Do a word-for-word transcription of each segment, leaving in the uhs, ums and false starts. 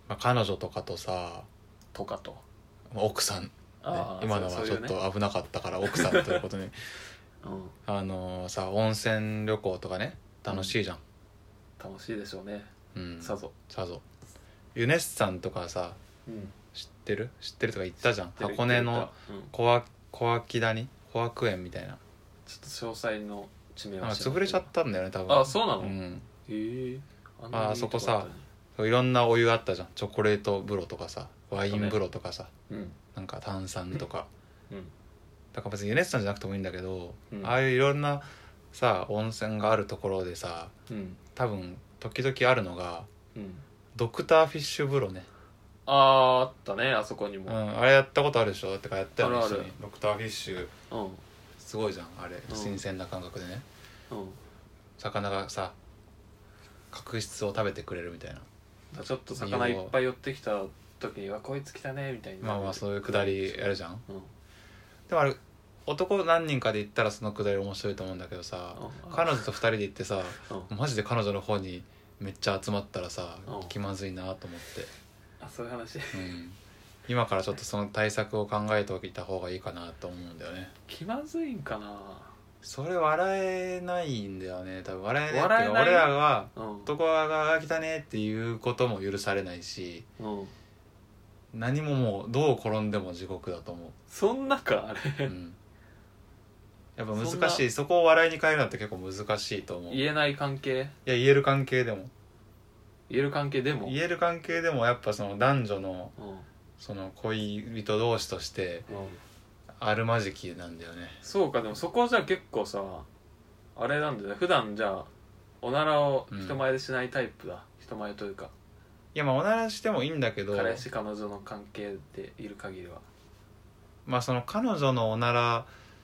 まあ、彼女とかとさとかと奥さん、ね、今のはちょっと危なかったから奥さんということに、うん、あのー、さ温泉旅行とかね楽しいじゃん、 うん、楽しいでしょうね、うん、さぞさぞユネッサンとかさ、うん、知ってる知ってるとか言ったじゃん箱根の小涌谷小涌園みたいなちょっと詳細の地名は知らない。潰れちゃったんだよね多分。 あ、そうなの、 うん、 へえ。 あ, あそこさいろんなお湯あったじゃん。チョコレート風呂とかさワイン風呂とかさ、ね、うん、なんか炭酸とか、うん、だから別にユネッサンじゃなくてもいいんだけど、うん、ああいういろんなさ温泉があるところでさ、うん、多分時々あるのが、うん、ドクターフィッシュ風呂ね。 あああったねあそこにも、 うん、あれやったことあるでしょ。ってかやったよね一緒に。ドクターフィッシュ、うん、すごいじゃんあれ、うん、新鮮な感覚でね、うん、魚がさ角質を食べてくれるみたいな。 ちょっと魚いっぱい寄ってきた時にはこいつ来たねみたいな。 まあまあそういうくだりやるじゃん、うん、でもあれ男何人かで行ったらそのくだり面白いと思うんだけどさ、うん、彼女とふたりで行ってさ、うん、マジで彼女の方にめっちゃ集まったらさ、うん、気まずいなと思って。 あ、そういう話、うん、 今からちょっとその対策を考えておいた方がいいかなと思うんだよね。 気まずいんかな。 それ笑えないんだよね多分。笑えないっていうか俺らが男が来たねっていうことも許されないし、うん、何ももうどう転んでも地獄だと思う。 そんなかあれ、うん、 やっぱ難しい。 そ, そこを笑いに変えるのって結構難しいと思う。 言えない関係。いや言える関係でも言える関係でも言える関係でもやっぱその男女の、うん、その恋人同士として、うんあるまじきなんだよね。 そうか。でもそこはじゃあ結構さあれなんだよね。普段じゃあおならを人前でしないタイプだ、うん、人前というか。 いやまあおならしてもいいんだけど彼氏彼女の関係でいる限りはまあその彼女のおなら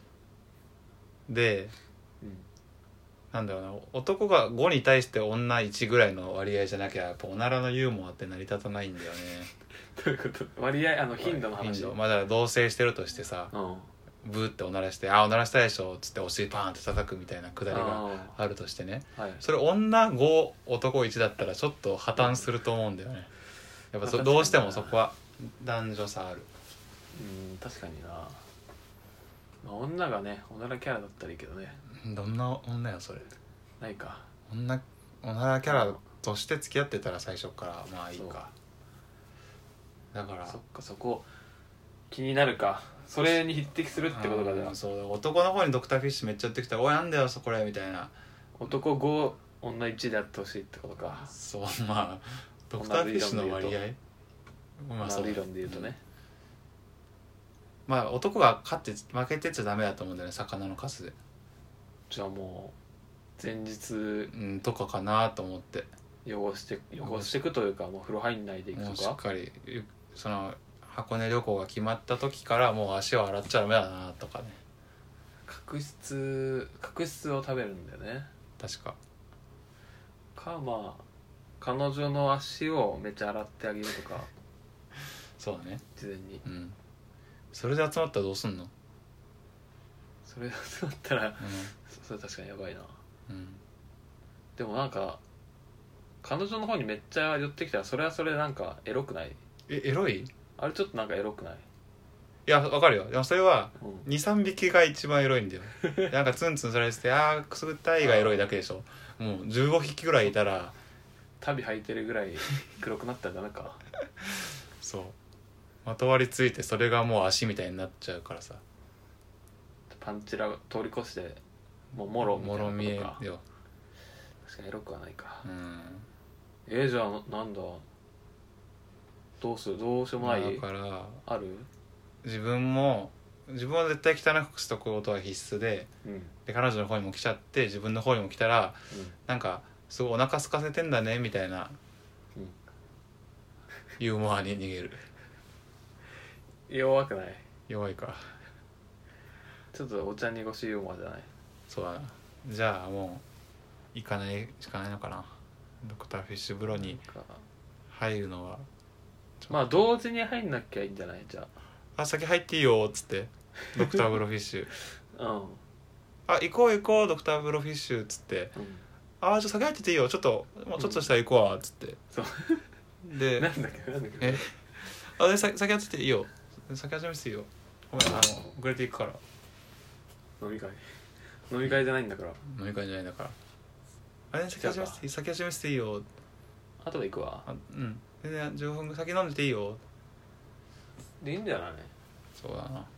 で、うん、なんだろうな男がごに対して女いちぐらいの割合じゃなきゃやっぱおならのユーモアって成り立たないんだよね。 どういうこと？割合あの頻度の話。 頻度まあだから同棲してるとしてさ、うん、ブーっておならしてあおならしたでしょっつってお尻パーンって叩くみたいなくだりがあるとしてね、はい、それ女ご男いちだったらちょっと破綻すると思うんだよね。やっぱそどうしてもそこは男女差ある。 うん確かにな、まあ、女がねおならキャラだったらいいけどね。 どんな女よそれ。 ないか。 女おならキャラとして付き合ってたら最初からまあいいか。だからそっかそこ気になるか。それに匹敵するってことか。じゃあそう男の方にドクターフィッシュめっちゃ寄ってきたらおいなんだよそこれみたいな。 男ご女いちであってほしいってことか。 そうまあドクターフィッシュの割合まあそう理論で言うとね、 まあ男が勝って負けてちゃダメだと思うんだよね魚の数で。 じゃあもう前日、 うん、とかかなと思って。 汚して汚していくというかもう風呂入んないでいくとか。 もうしっかりその箱根旅行が決まった時からもう足を洗っちゃダメだなとかね。 角質角質を食べるんだよね確か。 かまあ彼女の足をめっちゃ洗ってあげるとか。 そうだね事前に、うん、 それで集まったらどうすんの。 それで集まったら、うん、それ確かにやばいな、うん、でもなんか彼女の方にめっちゃ寄ってきたらそれはそれでなんかエロくない？ えエロい？ あれちょっとなんかエロくない？ いやわかるよ。でもそれは に,さん 匹が一番エロいんだよなんかツンツンされててあーくすぐったいがエロいだけでしょ。もうじゅうごひきぐらいいたら旅履いてるぐらい黒くなったらダメかそうまとわりついてそれがもう足みたいになっちゃうからさ。 パンチラ通り越してもうもろみたいなことか。もろ見えよ。確かにエロくはないか。うんえー、じゃあなんだどうするどうしようもない。 だからある自分も自分は絶対汚くしとくことは必須で、うん、で彼女の方にも来ちゃって自分の方にも来たら、うん、なんかすごいお腹空かせてんだねみたいな、うん、ユーモアに逃げる弱くない？ 弱いか。 ちょっとお茶濁しユーモアじゃない？ そうだな。じゃあもう行かないしかないのかな。ドクターフィッシュ風呂に入るのはまあ同時に入んなきゃいいんじゃない？じゃああ先入っていいよっつってドクター風呂フィッシュうんあ行こう行こうドクター風呂フィッシュっつって、うん、ああじゃあ先入ってていいよちょっともうちょっとしたら行こうわっつって、うん、 でなんだっけなんだっけえあで先やってていいよ先始めていいよごめんあの遅れていくから飲み会飲み会じゃないんだから飲み会じゃないんだからあれ先始めていい先始めていいよ後で行くわあうん全然じゅうごふん先飲んでていいよでいいんじゃないそうだな